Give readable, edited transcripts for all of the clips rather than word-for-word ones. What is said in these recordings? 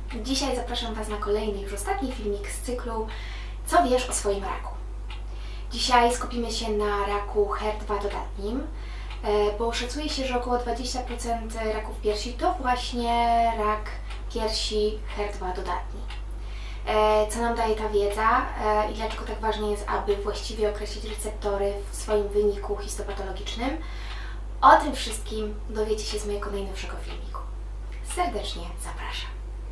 Dzisiaj zapraszam Was na kolejny, już ostatni filmik z cyklu Co wiesz o swoim raku? Dzisiaj skupimy się na raku HER2 dodatnim, bo szacuje się, że około 20% raków piersi to właśnie rak piersi HER2 dodatni. Co nam daje ta wiedza i dlaczego tak ważne jest, aby właściwie określić receptory w swoim wyniku histopatologicznym? O tym wszystkim dowiecie się z mojego najnowszego filmiku. Serdecznie zapraszam.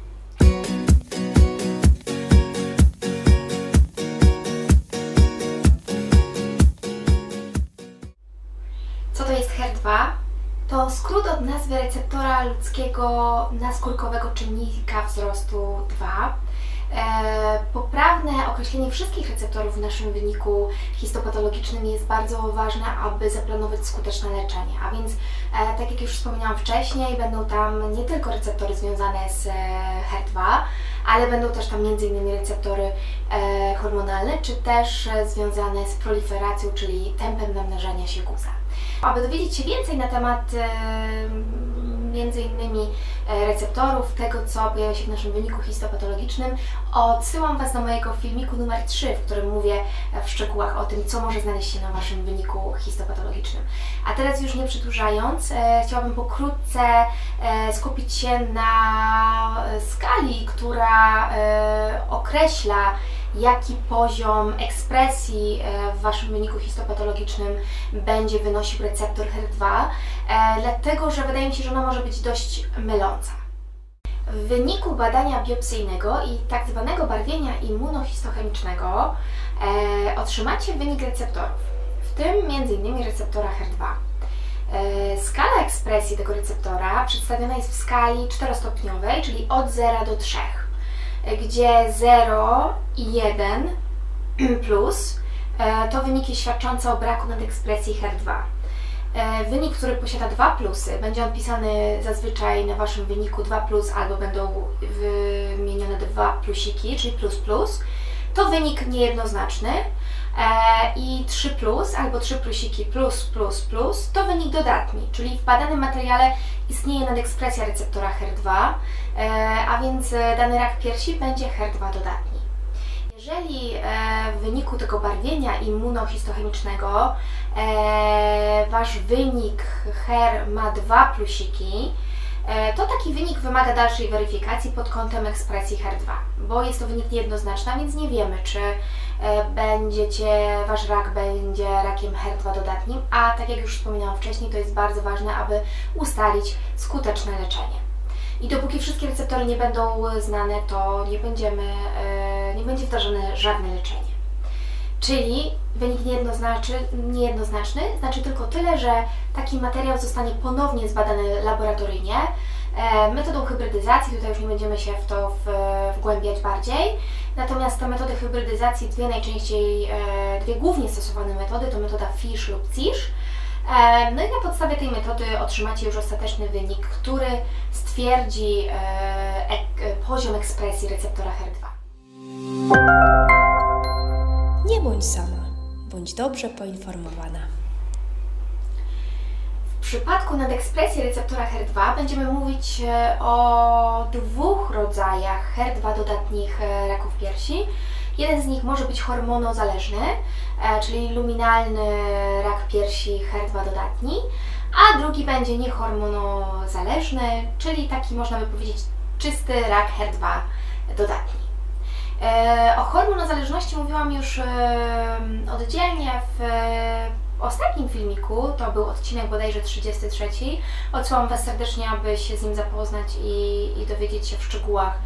Co to jest HER2? To skrót od nazwy receptora ludzkiego naskórkowego czynnika wzrostu 2. Poprawne określenie wszystkich receptorów w naszym wyniku histopatologicznym jest bardzo ważne, aby zaplanować skuteczne leczenie. A więc, tak jak już wspominałam wcześniej, będą tam nie tylko receptory związane z HER2, ale będą też tam m.in. receptory hormonalne, czy też związane z proliferacją, czyli tempem namnażania się guza. Aby dowiedzieć się więcej na temat m.in. receptorów, tego co pojawia się w naszym wyniku histopatologicznym, odsyłam Was do mojego filmiku numer 3, w którym mówię w szczegółach o tym, co może znaleźć się na Waszym wyniku histopatologicznym. A teraz już nie przedłużając, chciałabym pokrótce skupić się na skali, która określa, jaki poziom ekspresji w Waszym wyniku histopatologicznym będzie wynosił receptor HER2, dlatego że wydaje mi się, że ona może być dość myląca. W wyniku badania biopsyjnego i tak zwanego barwienia immunohistochemicznego otrzymacie wynik receptorów, w tym m.in. receptora HER2. Skala ekspresji tego receptora przedstawiona jest w skali 4-stopniowej, czyli od 0 do 3. Gdzie 0 i 1 plus to wyniki świadczące o braku nadekspresji HER2. Wynik, który posiada 2 plusy, będzie on pisany zazwyczaj na Waszym wyniku 2 plus albo będą wymienione 2 plusiki, czyli plus plus. To wynik niejednoznaczny i 3 plus albo 3 plusiki plus plus plus to wynik dodatni, czyli w badanym materiale istnieje nadekspresja receptora HER2, a więc dany rak piersi będzie HER2 dodatni. Jeżeli w wyniku tego barwienia immunohistochemicznego Wasz wynik HER ma 2 plusiki, to taki wynik wymaga dalszej weryfikacji pod kątem ekspresji HER2, bo jest to wynik niejednoznaczny, a więc nie wiemy, czy Wasz rak będzie rakiem HER2 dodatnim, a tak jak już wspominałam wcześniej, to jest bardzo ważne, aby ustalić skuteczne leczenie. I dopóki wszystkie receptory nie będą znane, to nie będzie wdrażane żadne leczenie. Czyli wynik niejednoznaczny znaczy tylko tyle, że taki materiał zostanie ponownie zbadany laboratoryjnie metodą hybrydyzacji. Tutaj już nie będziemy się w to wgłębiać bardziej. Natomiast te metody hybrydyzacji, dwie głównie stosowane metody to metoda FISH lub CISH. No i na podstawie tej metody otrzymacie już ostateczny wynik, który stwierdzi poziom ekspresji receptora HER2. Nie bądź sama, bądź dobrze poinformowana. W przypadku nadekspresji receptora HER2 będziemy mówić o 2 rodzajach HER2 dodatnich raków piersi. Jeden z nich może być hormonozależny, czyli luminalny rak piersi HER2 dodatni, a drugi będzie niehormonozależny, czyli taki, można by powiedzieć, czysty rak HER2 dodatni. O hormonozależności mówiłam już oddzielnie w ostatnim filmiku, to był odcinek bodajże 33. Odsyłam Was serdecznie, aby się z nim zapoznać i dowiedzieć się w szczegółach,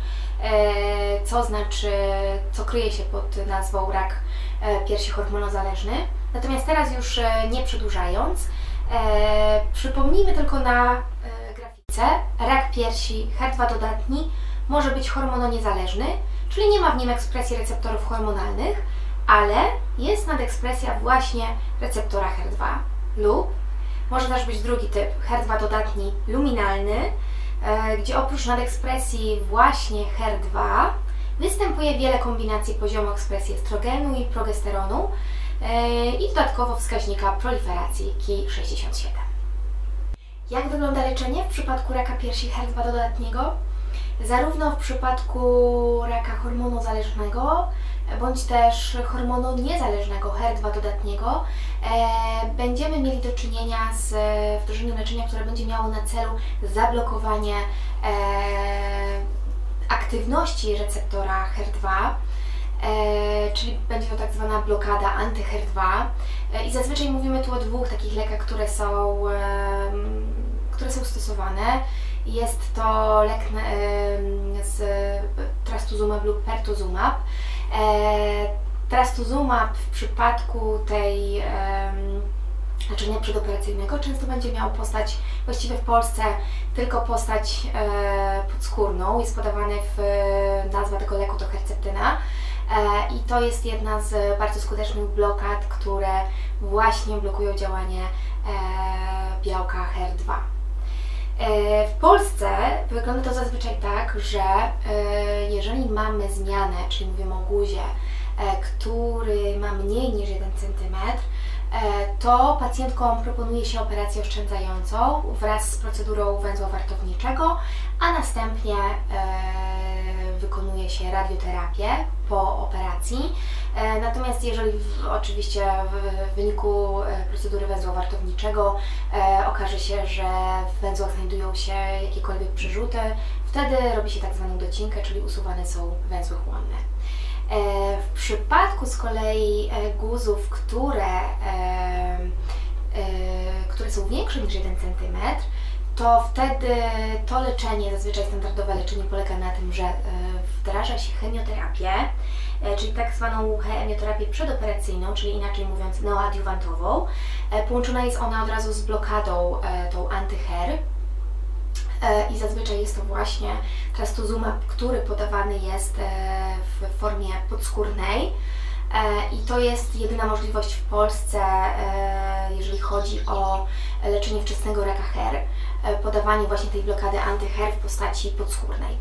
co kryje się pod nazwą rak piersi hormonozależny. Natomiast teraz już nie przedłużając, przypomnijmy tylko na grafice, rak piersi HER2 dodatni może być hormononiezależny, czyli nie ma w nim ekspresji receptorów hormonalnych, ale jest nadekspresja właśnie receptora HER2 lub może też być drugi typ, HER2 dodatni luminalny, gdzie oprócz nadekspresji właśnie HER2 występuje wiele kombinacji poziomu ekspresji estrogenu i progesteronu i dodatkowo wskaźnika proliferacji Ki67. Jak wygląda leczenie w przypadku raka piersi HER2 dodatniego? Zarówno w przypadku raka hormonu zależnego, bądź też hormonu niezależnego, HER2 dodatniego, będziemy mieli do czynienia z wdrożeniem leczenia, które będzie miało na celu zablokowanie aktywności receptora HER2, czyli będzie to tak zwana blokada anty-HER2. I zazwyczaj mówimy tu o dwóch takich lekach, które są stosowane. Jest to lek z trastuzumab lub pertuzumab. Trastuzumab w przypadku tej leczenia przedoperacyjnego często będzie miał postać, właściwie w Polsce tylko postać podskórną. Jest podawany nazwa tego leku to Herceptyna. I to jest jedna z bardzo skutecznych blokad, które właśnie blokują działanie białka HER2. W Polsce wygląda to zazwyczaj tak, że jeżeli mamy zmianę, czyli mówimy o guzie, który ma mniej niż 1 cm, to pacjentkom proponuje się operację oszczędzającą wraz z procedurą węzła wartowniczego, a następnie wykonuje się radioterapię po operacji. Natomiast jeżeli oczywiście w wyniku procedury węzła wartowniczego okaże się, że w węzłach znajdują się jakiekolwiek przerzuty, wtedy robi się tak zwaną docinkę, czyli usuwane są węzły chłonne. W przypadku z kolei guzów, które są większe niż 1 cm, to wtedy to leczenie, zazwyczaj standardowe leczenie, polega na tym, że wdraża się chemioterapię, czyli tak zwaną chemioterapię przedoperacyjną, czyli inaczej mówiąc neoadiuwantową. Połączona jest ona od razu z blokadą tą anty-HER i zazwyczaj jest to właśnie trastuzumab, który podawany jest w formie podskórnej. I to jest jedyna możliwość w Polsce, jeżeli chodzi o leczenie wczesnego raka HER, podawanie właśnie tej blokady anty-HER w postaci podskórnej.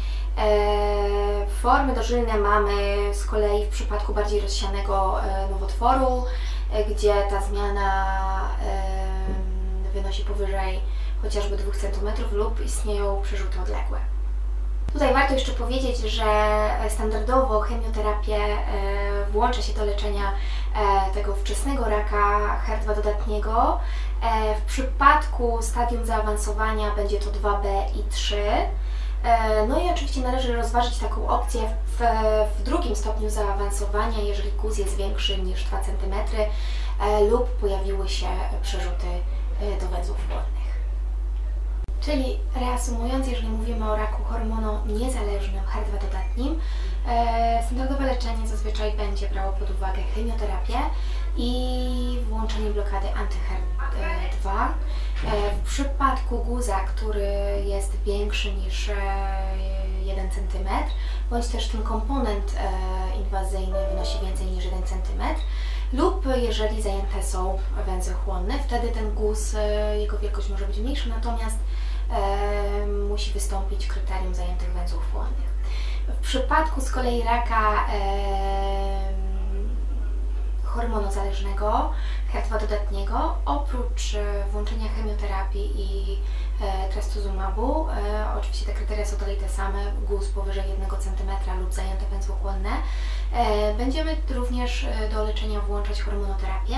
Formy dożylne mamy z kolei w przypadku bardziej rozsianego nowotworu, gdzie ta zmiana wynosi powyżej chociażby 2 cm lub istnieją przerzuty odległe. Tutaj warto jeszcze powiedzieć, że standardowo chemioterapię włącza się do leczenia tego wczesnego raka HER2 dodatniego. W przypadku stadium zaawansowania będzie to 2B i 3. No i oczywiście należy rozważyć taką opcję w drugim stopniu zaawansowania, jeżeli guz jest większy niż 2 cm lub pojawiły się przerzuty do węzłów chłonnych. Czyli reasumując, jeżeli mówimy o raku hormonu niezależnym HER2 dodatnim, standardowe leczenie zazwyczaj będzie brało pod uwagę chemioterapię i włączenie blokady anty-HER2. W przypadku guza, który jest większy niż 1 cm, bądź też ten komponent inwazyjny wynosi więcej niż 1 cm, lub jeżeli zajęte są węzły chłonne, wtedy ten guz, jego wielkość może być mniejsza, natomiast musi wystąpić kryterium zajętych węzłów chłonnych. W przypadku z kolei raka hormonozależnego, HER2 dodatniego, oprócz włączenia chemioterapii i trastuzumabu, oczywiście te kryteria są dalej te same, guz powyżej 1 cm lub zajęte węzły chłonne, będziemy również do leczenia włączać hormonoterapię.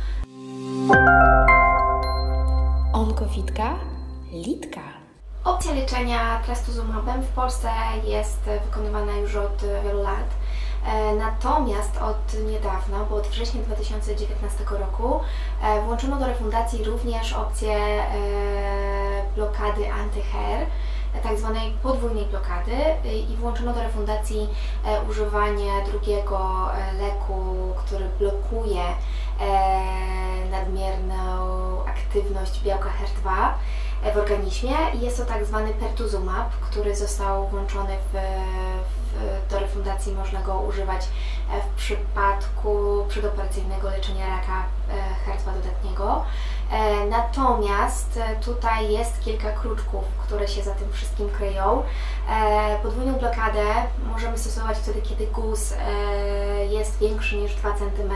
Onkowitka, litka. Opcja leczenia trastuzumabem w Polsce jest wykonywana już od wielu lat. Natomiast od niedawna, bo od września 2019 roku, włączono do refundacji również opcję blokady anty-HER, tak zwanej podwójnej blokady, i włączono do refundacji używanie drugiego leku, który blokuje nadmierną aktywność białka HER2 w organizmie. Jest to tak zwany pertuzumab, który został włączony do refundacji. Można go używać w przypadku przedoperacyjnego leczenia raka HER2 dodatniego. Natomiast tutaj jest kilka kruczków, które się za tym wszystkim kryją. Podwójną blokadę możemy stosować wtedy, kiedy guz jest większy niż 2 cm,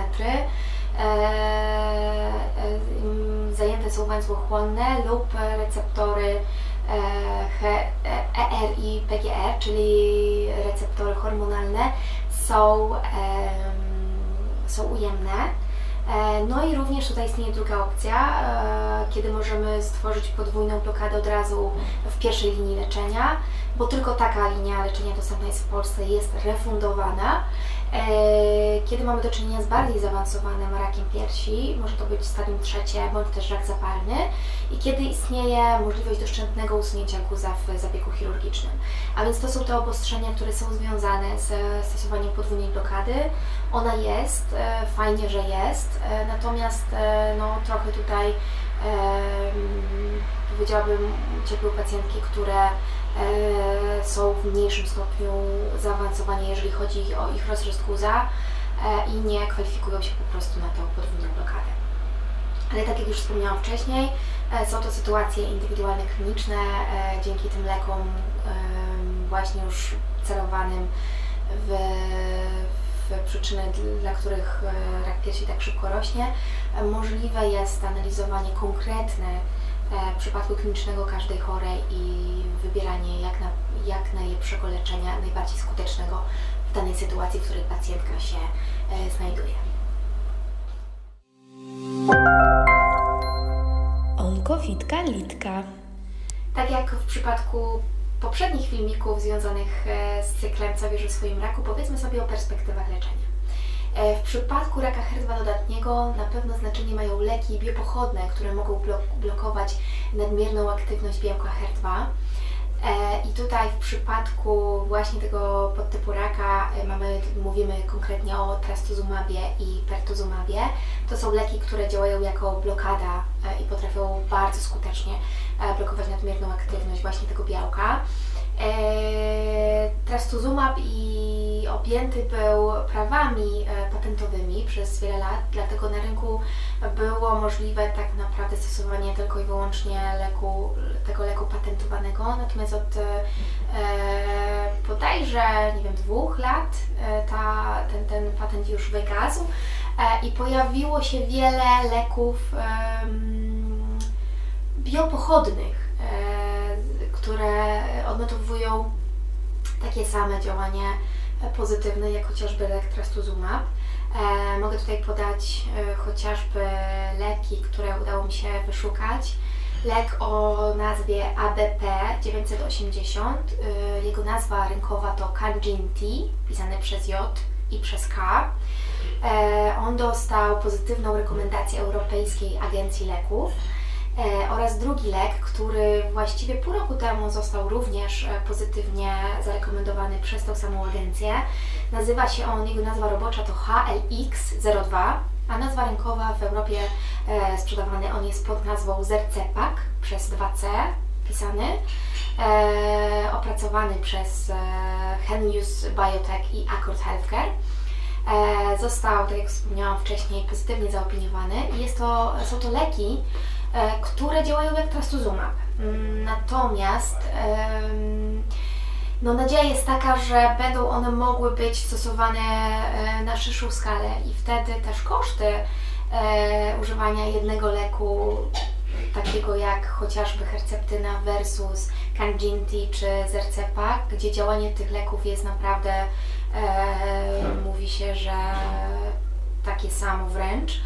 zajęte są węzły chłonne lub receptory ER i PGR, czyli receptory hormonalne, są ujemne. No i również tutaj istnieje druga opcja, kiedy możemy stworzyć podwójną blokadę od razu w pierwszej linii leczenia, bo tylko taka linia leczenia dostępna jest w Polsce, jest refundowana. Kiedy mamy do czynienia z bardziej zaawansowanym rakiem piersi, może to być stadium trzecie bądź też rak zapalny, i kiedy istnieje możliwość doszczętnego usunięcia guza w zabiegu chirurgicznym. A więc to są te obostrzenia, które są związane z stosowaniem podwójnej blokady. Ona jest, fajnie, że jest, natomiast no, trochę tutaj powiedziałabym, cierpią pacjentki, które są w mniejszym stopniu zaawansowane, jeżeli chodzi o ich rozrost guza i nie kwalifikują się po prostu na tą podwójną blokadę. Ale tak jak już wspomniałam wcześniej, są to sytuacje indywidualne, kliniczne, dzięki tym lekom właśnie już celowanym w przyczyny, dla których rak piersi tak szybko rośnie. Możliwe jest analizowanie konkretne przypadku klinicznego każdej chorej i wybieranie jak najlepszego leczenia, najbardziej skutecznego w danej sytuacji, w której pacjentka się znajduje. Onkowitka Litka. Tak jak w przypadku poprzednich filmików związanych z cyklem Co wiesz o swoim raku, powiedzmy sobie o perspektywach leczenia. W przypadku raka HER2 dodatniego na pewno znaczenie mają leki biopochodne, które mogą blokować nadmierną aktywność białka HER2. I tutaj w przypadku właśnie tego podtypu raka mówimy konkretnie o trastuzumabie i pertuzumabie. To są leki, które działają jako blokada i potrafią bardzo skutecznie blokować nadmierną aktywność właśnie tego białka. Trastuzumab objęty był prawami patentowymi przez wiele lat, dlatego na rynku było możliwe tak naprawdę stosowanie tylko i wyłącznie tego leku patentowanego, natomiast od bodajże, nie wiem, 2 lat ten patent już wygasł i pojawiło się wiele leków biopochodnych, które odnotowują takie same działanie pozytywne jak chociażby lek trastuzumab. Mogę tutaj podać chociażby leki, które udało mi się wyszukać. Lek o nazwie ABP 980, jego nazwa rynkowa to Kanjinti, pisane przez J i przez K. On dostał pozytywną rekomendację Europejskiej Agencji Leków. Oraz drugi lek, który właściwie pół roku temu został również pozytywnie zarekomendowany przez tą samą agencję. Nazywa się on, jego nazwa robocza to HLX02, a nazwa rynkowa w Europie sprzedawany on jest pod nazwą Zercepak przez 2C pisany, opracowany przez Henlius Biotech i Accord Healthcare. Został, tak jak wspomniałam wcześniej, pozytywnie zaopiniowany i są to leki, które działają jak trastuzumab. Natomiast no, nadzieja jest taka, że będą one mogły być stosowane na szerszą skalę i wtedy też koszty używania jednego leku, takiego jak chociażby Herceptyna versus Kanjinti czy Zercepak, gdzie działanie tych leków jest naprawdę, mówi się, że takie samo wręcz,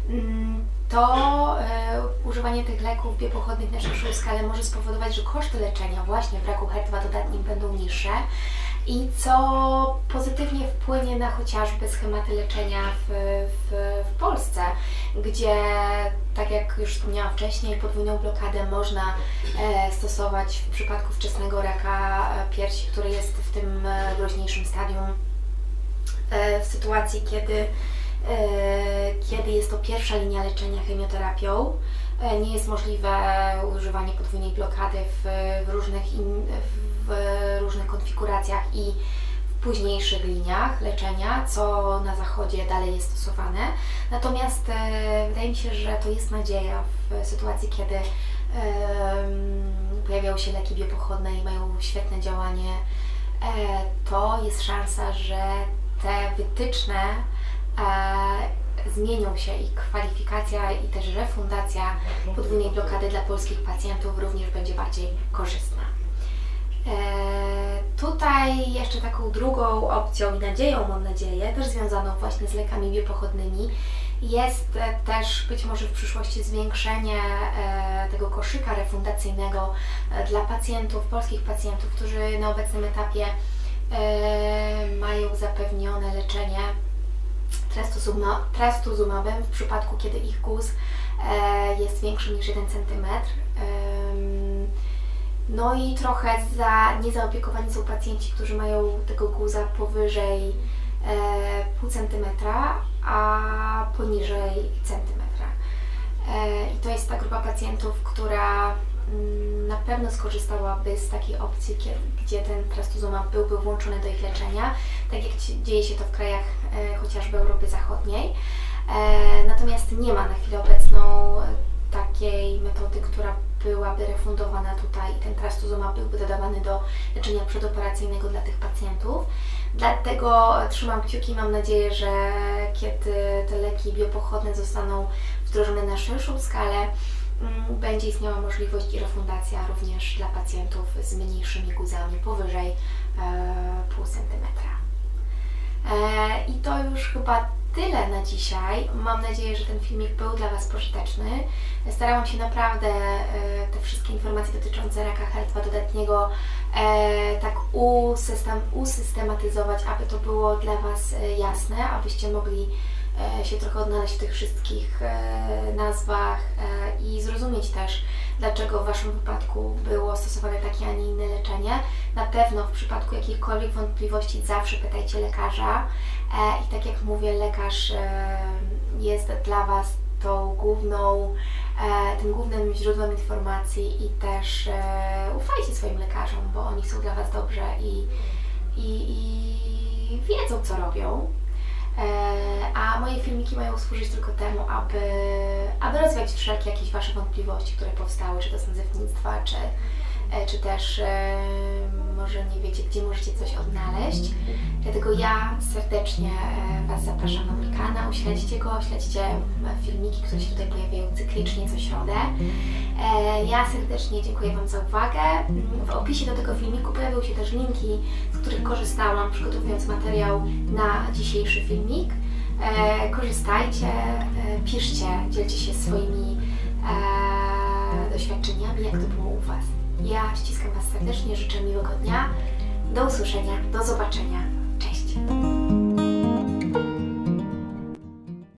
to używanie tych leków biopochodnych na szerszą skalę może spowodować, że koszty leczenia właśnie w raku HER2 dodatnim będą niższe i co pozytywnie wpłynie na chociażby schematy leczenia w Polsce, gdzie, tak jak już wspomniałam wcześniej, podwójną blokadę można stosować w przypadku wczesnego raka piersi, który jest w tym groźniejszym stadium, w sytuacji, kiedy jest to pierwsza linia leczenia chemioterapią. Nie jest możliwe używanie podwójnej blokady w różnych konfiguracjach i w późniejszych liniach leczenia, co na zachodzie dalej jest stosowane. Natomiast wydaje mi się, że to jest nadzieja w sytuacji, kiedy pojawiają się leki biopochodne i mają świetne działanie. To jest szansa, że te wytyczne zmienią się i kwalifikacja i też refundacja podwójnej blokady dla polskich pacjentów również będzie bardziej korzystna. Tutaj jeszcze taką drugą opcją i nadzieją, mam nadzieję, też związaną właśnie z lekami biopochodnymi, jest też być może w przyszłości zwiększenie tego koszyka refundacyjnego dla pacjentów, polskich pacjentów, którzy na obecnym etapie mają zapewnione leczenie trastuzumabem w przypadku, kiedy ich guz jest większy niż 1 cm. No i trochę niezaopiekowani są pacjenci, którzy mają tego guza powyżej pół centymetra, a poniżej centymetra. I to jest ta grupa pacjentów, która na pewno skorzystałaby z takiej opcji, gdzie ten trastuzumab byłby włączony do ich leczenia, tak jak dzieje się to w krajach chociażby Europy Zachodniej. Natomiast nie ma na chwilę obecną takiej metody, która byłaby refundowana tutaj i ten trastuzumab byłby dodawany do leczenia przedoperacyjnego dla tych pacjentów. Dlatego trzymam kciuki i mam nadzieję, że kiedy te leki biopochodne zostaną wdrożone na szerszą skalę, będzie istniała możliwość i refundacja również dla pacjentów z mniejszymi guzami powyżej pół centymetra. I to już chyba tyle na dzisiaj. Mam nadzieję, że ten filmik był dla Was pożyteczny. Starałam się naprawdę te wszystkie informacje dotyczące raka HER2 dodatniego tak usystematyzować, aby to było dla Was jasne, abyście mogli się trochę odnaleźć w tych wszystkich nazwach i zrozumieć też, dlaczego w Waszym wypadku było stosowane takie, a nie inne leczenie. Na pewno w przypadku jakichkolwiek wątpliwości zawsze pytajcie lekarza i tak jak mówię, lekarz jest dla Was tym głównym źródłem informacji i też ufajcie swoim lekarzom, bo oni są dla Was dobrzy i wiedzą, co robią. A moje filmiki mają służyć tylko temu, aby rozwiać wszelkie jakieś Wasze wątpliwości, które powstały, czy to z nazewnictwa, czy też może nie wiecie, gdzie możecie coś odnaleźć. Dlatego ja serdecznie Was zapraszam na mój kanał, śledźcie go, śledźcie filmiki, które się tutaj pojawiają cyklicznie co środę. Ja serdecznie dziękuję Wam za uwagę. W opisie do tego filmiku pojawią się też linki, z których korzystałam, przygotowując materiał na dzisiejszy filmik. Korzystajcie, piszcie, dzielcie się swoimi doświadczeniami, jak to było u Was. Ja ściskam Was serdecznie, życzę miłego dnia, do usłyszenia, do zobaczenia, cześć!